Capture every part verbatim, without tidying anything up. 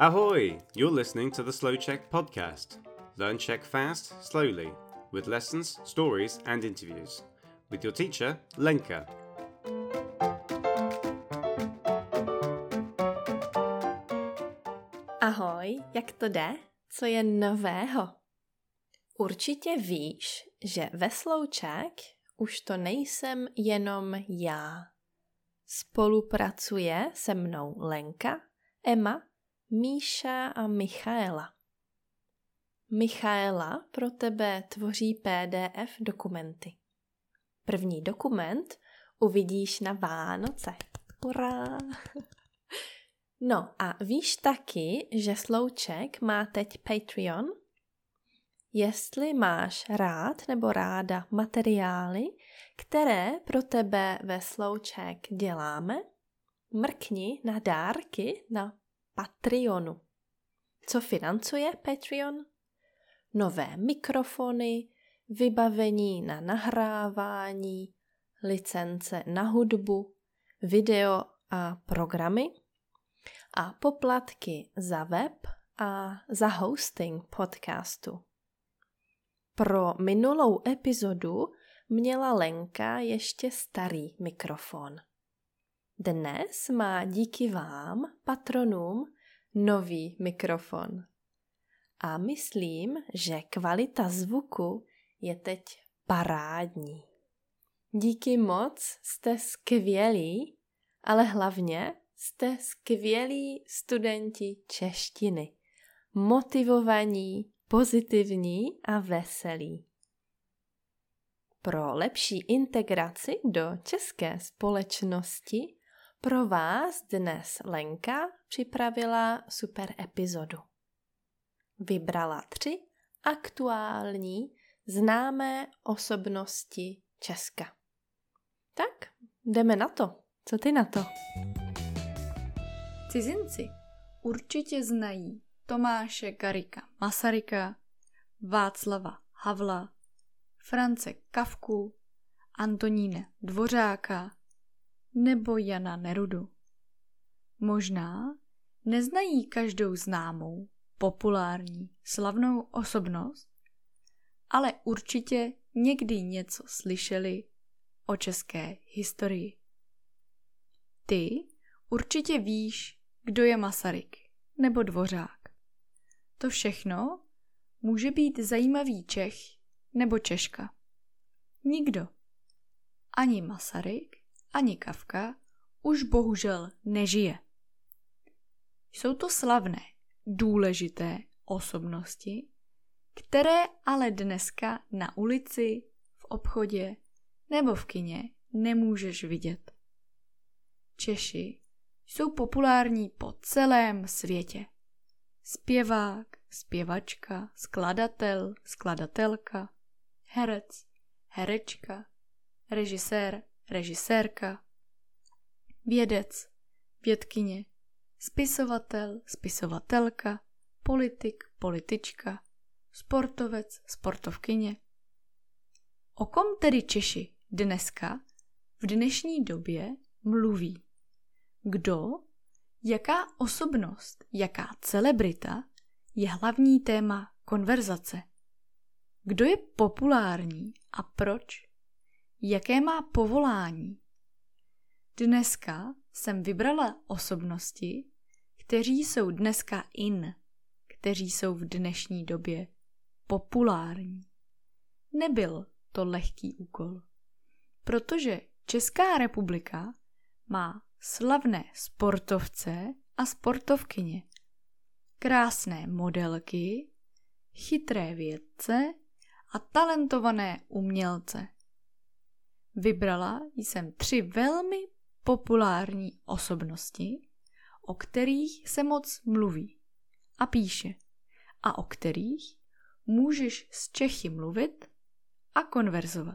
Ahoy! You're listening to the Slow Czech podcast. Learn Czech fast, slowly, with lessons, stories and interviews. With your teacher, Lenka. Ahoj, jak to jde? Co je nového? Určitě víš, že ve Slow Czech už to nejsem jenom já. Spolupracuje se mnou Lenka, Emma, Míša a Michaela. Michaela pro tebe tvoří P D F dokumenty. První dokument uvidíš na Vánoce. Hurá! No a víš taky, že Slow Czech má teď Patreon? Jestli máš rád nebo ráda materiály, které pro tebe ve Slow Czech děláme, mrkni na dárky na Patreonu. Co financuje Patreon? Nové mikrofony, vybavení na nahrávání, licence na hudbu, video a programy a poplatky za web a za hosting podcastu. Pro minulou epizodu měla Lenka ještě starý mikrofon. Dnes má díky vám, patronům, nový mikrofon. A myslím, že kvalita zvuku je teď parádní. Díky moc, jste skvělí, ale hlavně jste skvělí studenti češtiny. Motivovaní, pozitivní a veselí. Pro lepší integraci do české společnosti pro vás dnes Lenka připravila super epizodu. Vybrala tři aktuální známé osobnosti Česka. Tak, jdeme na to. Co ty na to? Cizinci určitě znají Tomáše Garrigua Masaryka, Václava Havla, France Kafku, Antonína Dvořáka nebo Jana Nerudu. Možná neznají každou známou, populární, slavnou osobnost, ale určitě někdy něco slyšeli o české historii. Ty určitě víš, kdo je Masaryk nebo Dvořák. To všechno může být zajímavý Čech nebo Češka. Nikdo, ani Masaryk, ani Kafka, už bohužel nežije. Jsou to slavné, důležité osobnosti, které ale dneska na ulici, v obchodě nebo v kině nemůžeš vidět. Češi jsou populární po celém světě. Zpěvák, zpěvačka, skladatel, skladatelka, herec, herečka, režisér, režisérka, vědec, vědkyně, spisovatel, spisovatelka, politik, politička, sportovec, sportovkyně. O kom tedy Češi dneska, v dnešní době mluví? Kdo, jaká osobnost, jaká celebrita je hlavní téma konverzace? Kdo je populární a proč? Jaké má povolání? Dneska jsem vybrala osobnosti, kteří jsou dneska in, kteří jsou v dnešní době populární. Nebyl to lehký úkol, protože Česká republika má slavné sportovce a sportovkyně, krásné modelky, chytré vědce a talentované umělce. Vybrala jsem tři velmi populární osobnosti, o kterých se moc mluví a píše a o kterých můžeš s Čechy mluvit a konverzovat.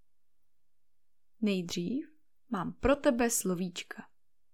Nejdřív mám pro tebe slovíčka.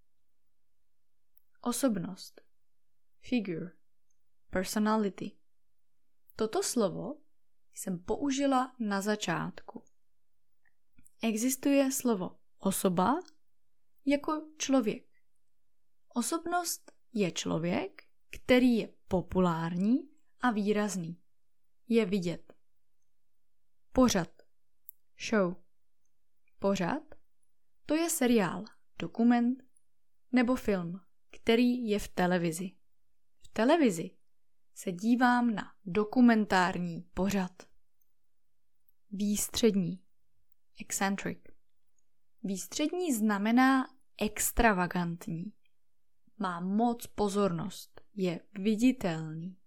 Osobnost, figure, personality. Toto slovo jsem použila na začátku. Existuje slovo osoba jako člověk. Osobnost je člověk který je populární a výrazný. Je vidět. Pořad. Show. Pořad. To je seriál, dokument nebo film, který je v televizi. V televizi se dívám na dokumentární pořad. Výstřední. Eccentric. Výstřední znamená extravagantní. Má moc pozornost. Je viditelný.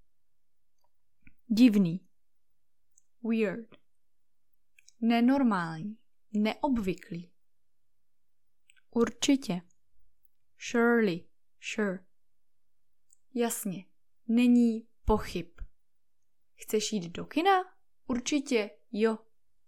Divný. Weird. Nenormální. Neobvyklý. Určitě. Surely. Sure. Jasně. Není pochyb. Chceš jít do kina? Určitě jo.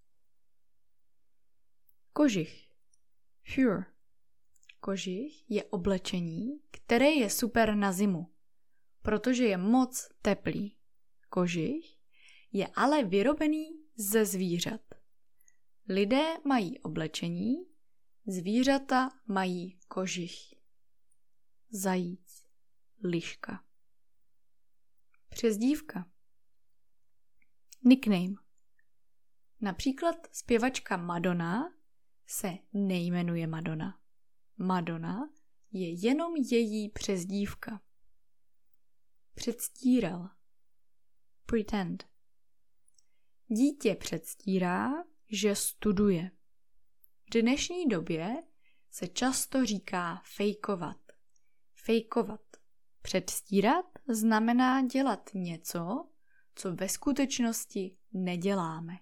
Kožich. Fur. Kožich je oblečení, které je super na zimu, protože je moc teplý. Kožich je ale vyrobený ze zvířat. Lidé mají oblečení, zvířata mají kožich. Zajíc. Liška. Přezdívka. Nickname. Například zpěvačka Madonna se nejmenuje Madonna. Madonna je jenom její přezdívka. Předstíral. Pretend. Dítě předstírá, že studuje. V dnešní době se často říká fejkovat. Fejkovat. Předstírat znamená dělat něco, co ve skutečnosti neděláme.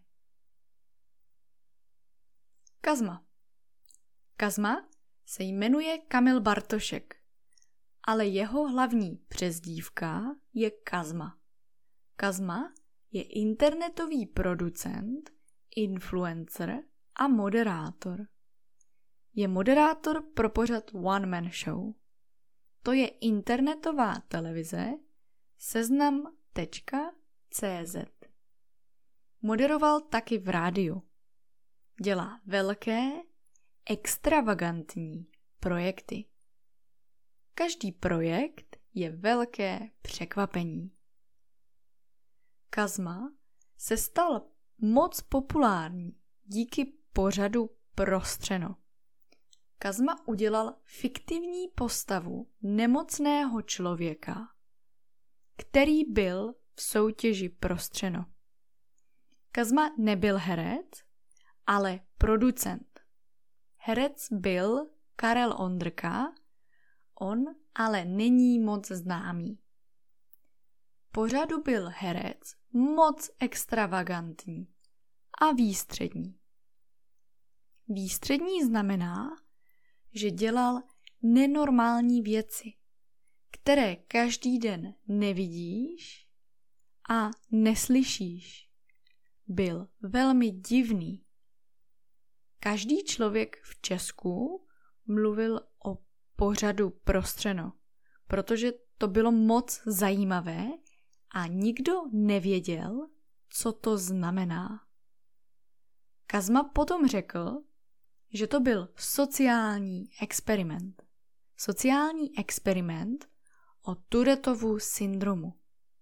Kazma. Kazma se jmenuje Kamil Bartošek, ale jeho hlavní přezdívka je Kazma. Kazma je internetový producent, influencer a moderátor. Je moderátor pro pořad One Man Show. To je internetová televize seznam tečka cé zet. Moderoval taky v rádiu. Dělá velké, extravagantní projekty. Každý projekt je velké překvapení. Kazma se stal moc populární díky pořadu Prostřeno. Kazma udělal fiktivní postavu nemocného člověka, který byl v soutěži Prostřeno. Kazma nebyl herec, ale producent. Herec byl Karel Ondrka, on ale není moc známý. Pořadu byl herec moc extravagantní a výstřední. Výstřední znamená, že dělal nenormální věci, které každý den nevidíš a neslyšíš. Byl velmi divný. Každý člověk v Česku mluvil o pořadu Prostřeno, protože to bylo moc zajímavé a nikdo nevěděl, co to znamená. Kazma potom řekl, že to byl sociální experiment. Sociální experiment o Touretovu syndromu.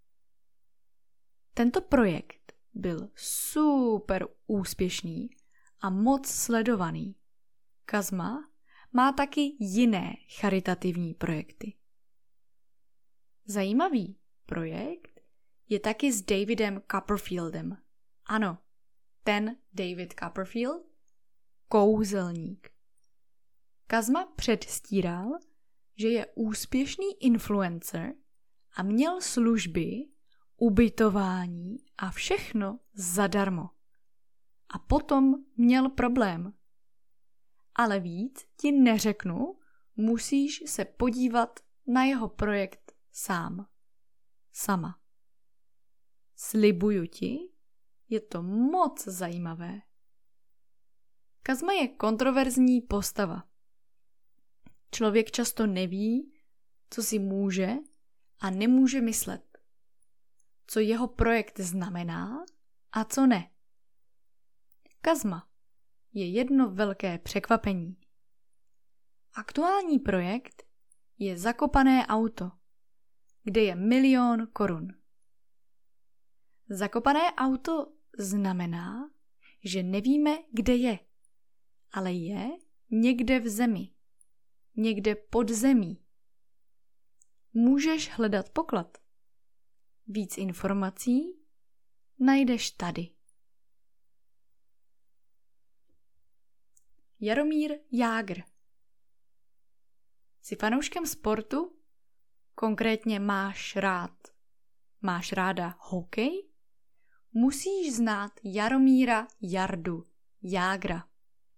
Tento projekt byl super úspěšný a moc sledovaný. Kazma má taky jiné charitativní projekty. Zajímavý projekt je taky s Davidem Copperfieldem. Ano, ten David Copperfield, kouzelník. Kazma předstíral, že je úspěšný influencer a měl služby, ubytování a všechno zadarmo. A potom měl problém. Ale víc ti neřeknu, musíš se podívat na jeho projekt sám. Sama. Slibuju ti, je to moc zajímavé. Kazma je kontroverzní postava. Člověk často neví, co si může a nemůže myslet. Co jeho projekt znamená a co ne. Kazma je jedno velké překvapení. Aktuální projekt je Zakopané auto. kde je milion korun. Zakopané auto znamená, že nevíme, kde je, ale je někde v zemi, někde pod zemí. Můžeš hledat poklad. Víc informací najdeš tady. Jaromír Jágr. Jsi fanouškem sportu? Konkrétně máš rád, máš ráda hokej? Musíš znát Jaromíra Jardu Jágra.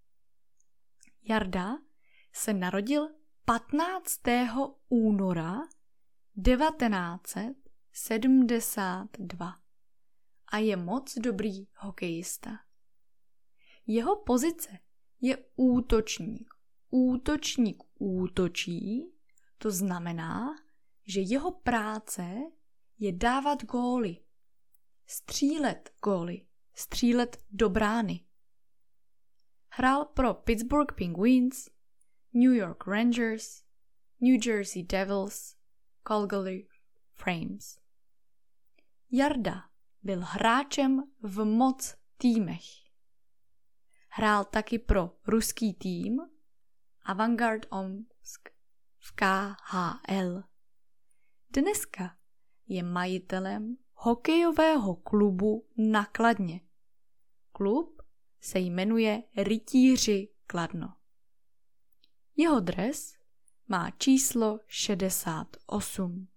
Jarda se narodil patnáctého února devatenáct set sedmdesát dva a je moc dobrý hokejista. Jeho pozice je útočník. Útočník útočí, to znamená, že jeho práce je dávat góly, střílet góly, střílet do brány. Hrál pro Pittsburgh Penguins, New York Rangers, New Jersey Devils, Calgary Flames. Jarda byl hráčem v moc týmech. Hrál taky pro ruský tým Avangard Omsk v K H L. Dneska je majitelem hokejového klubu na Kladně. Klub se jmenuje Rytíři Kladno. Jeho dres má číslo šedesát osm.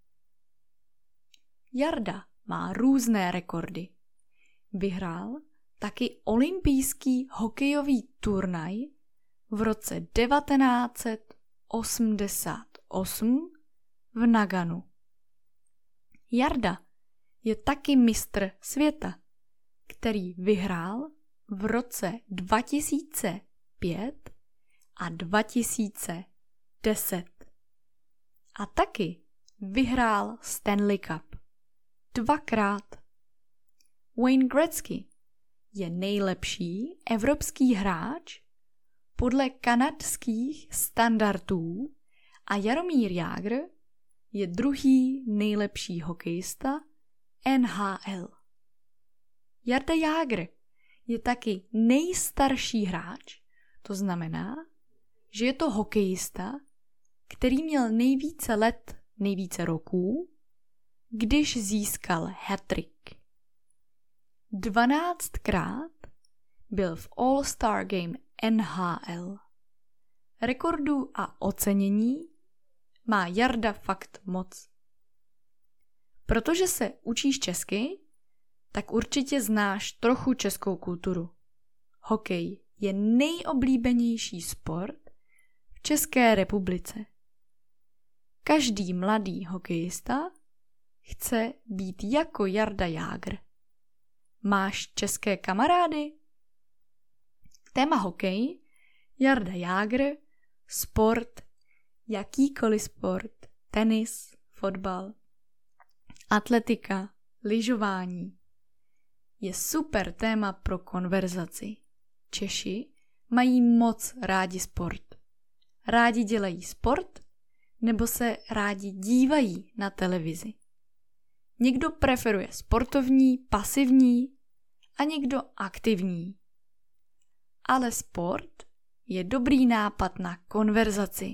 Jarda má různé rekordy. Vyhrál taky olympijský hokejový turnaj v roce devatenáct set osmdesát osm v Naganu. Jarda je taky mistr světa, který vyhrál v roce dva tisíce pět a dva tisíce deset. A taky vyhrál Stanley Cup. Dvakrát. Wayne Gretzky je nejlepší evropský hráč podle kanadských standardů a Jaromír Jágr je druhý nejlepší hokejista N H L. Jarda Jágr je taky nejstarší hráč, to znamená, že je to hokejista, který měl nejvíce let, nejvíce roků, když získal hat-trick. Dvanáctkrát byl v All-Star Game N H L. Rekordů a ocenění má Jarda fakt moc. Protože se učíš česky, tak určitě znáš trochu českou kulturu. Hokej je nejoblíbenější sport v České republice. Každý mladý hokejista chce být jako Jarda Jágr. Máš české kamarády? Téma hokej, Jarda Jágr, sport, jakýkoliv sport, tenis, fotbal, atletika, lyžování. Je super téma pro konverzaci. Češi mají moc rádi sport. Rádi dělají sport nebo se rádi dívají na televizi. Někdo preferuje sportovní, pasivní a někdo aktivní. Ale sport je dobrý nápad na konverzaci.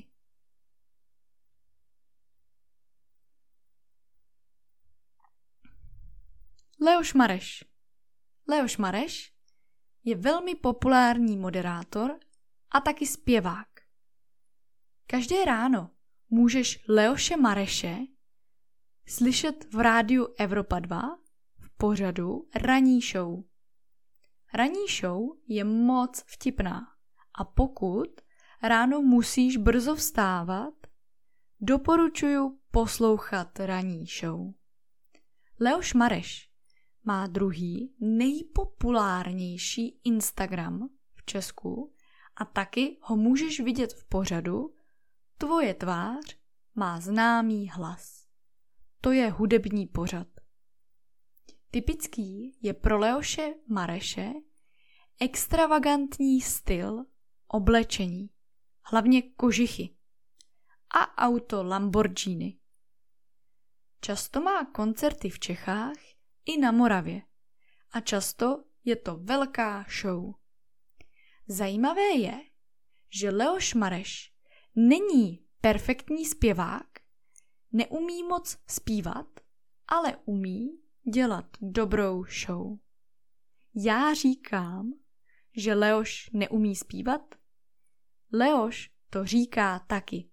Leoš Mareš. Leoš Mareš je velmi populární moderátor a taky zpěvák. Každé ráno můžeš Leoše Mareše slyšet v rádiu Evropa dva v pořadu Ranní show. Ranní show je moc vtipná a pokud ráno musíš brzo vstávat, doporučuju poslouchat Ranní show. Leoš Mareš má druhý nejpopulárnější Instagram v Česku a taky ho můžeš vidět v pořadu Tvoje tvář má známý hlas. To je hudební pořad. Typický je pro Leoše Mareše extravagantní styl oblečení, hlavně kožichy a auto Lamborghini. Často má koncerty v Čechách i na Moravě a často je to velká show. Zajímavé je, že Leoš Mareš není perfektní zpěvák, neumí moc zpívat, ale umí dělat dobrou show. Já říkám, že Leoš neumí zpívat? Leoš to říká taky.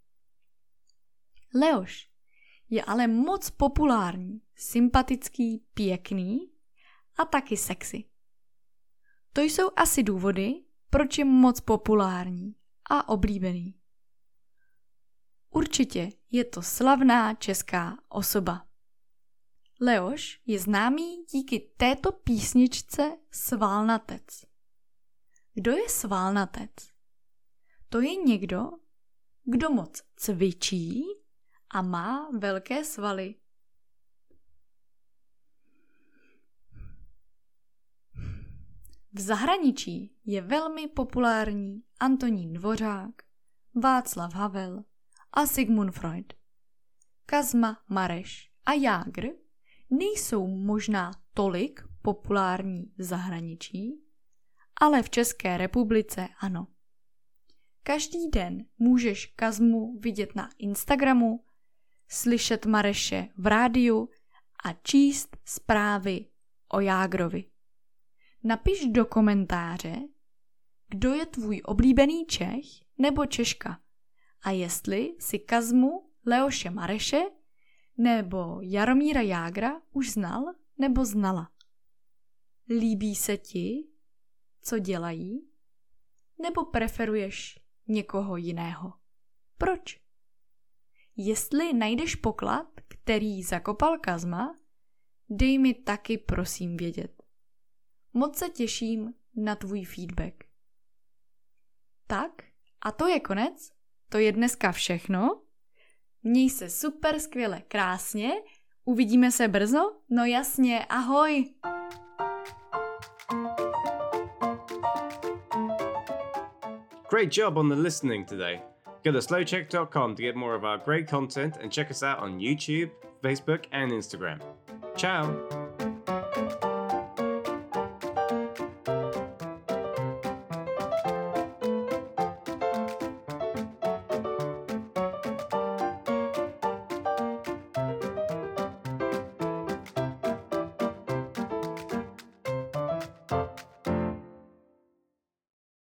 Leoš je ale moc populární, sympatický, pěkný a taky sexy. To jsou asi důvody, proč je moc populární a oblíbený. Určitě je to slavná česká osoba. Leoš je známý díky této písničce Svalnatec. Kdo je svalnatec? To je někdo, kdo moc cvičí a má velké svaly. V zahraničí je velmi populární Antonín Dvořák, Václav Havel a Sigmund Freud. Kazma, Mareš a Jágr nejsou možná tolik populární v zahraničí, ale v České republice ano. Každý den můžeš Kazmu vidět na Instagramu, slyšet Mareše v rádiu a číst zprávy o Jágrovi. Napiš do komentáře, kdo je tvůj oblíbený Čech nebo Češka a jestli si Kazmu, Leoše Mareše nebo Jaromíra Jágra už znal nebo znala. Líbí se ti, co dělají? Nebo preferuješ někoho jiného? Proč? Jestli najdeš poklad, který zakopal Kazma, dej mi taky prosím vědět. Moc se těším na tvůj feedback. Tak, a to je konec. To je dneska všechno. Měj se super, skvěle, krásně. Uvidíme se brzo? No jasně, ahoj! Great job on the listening today. Go to slow check dot com to get more of our great content and check us out on YouTube, Facebook and Instagram. Ciao!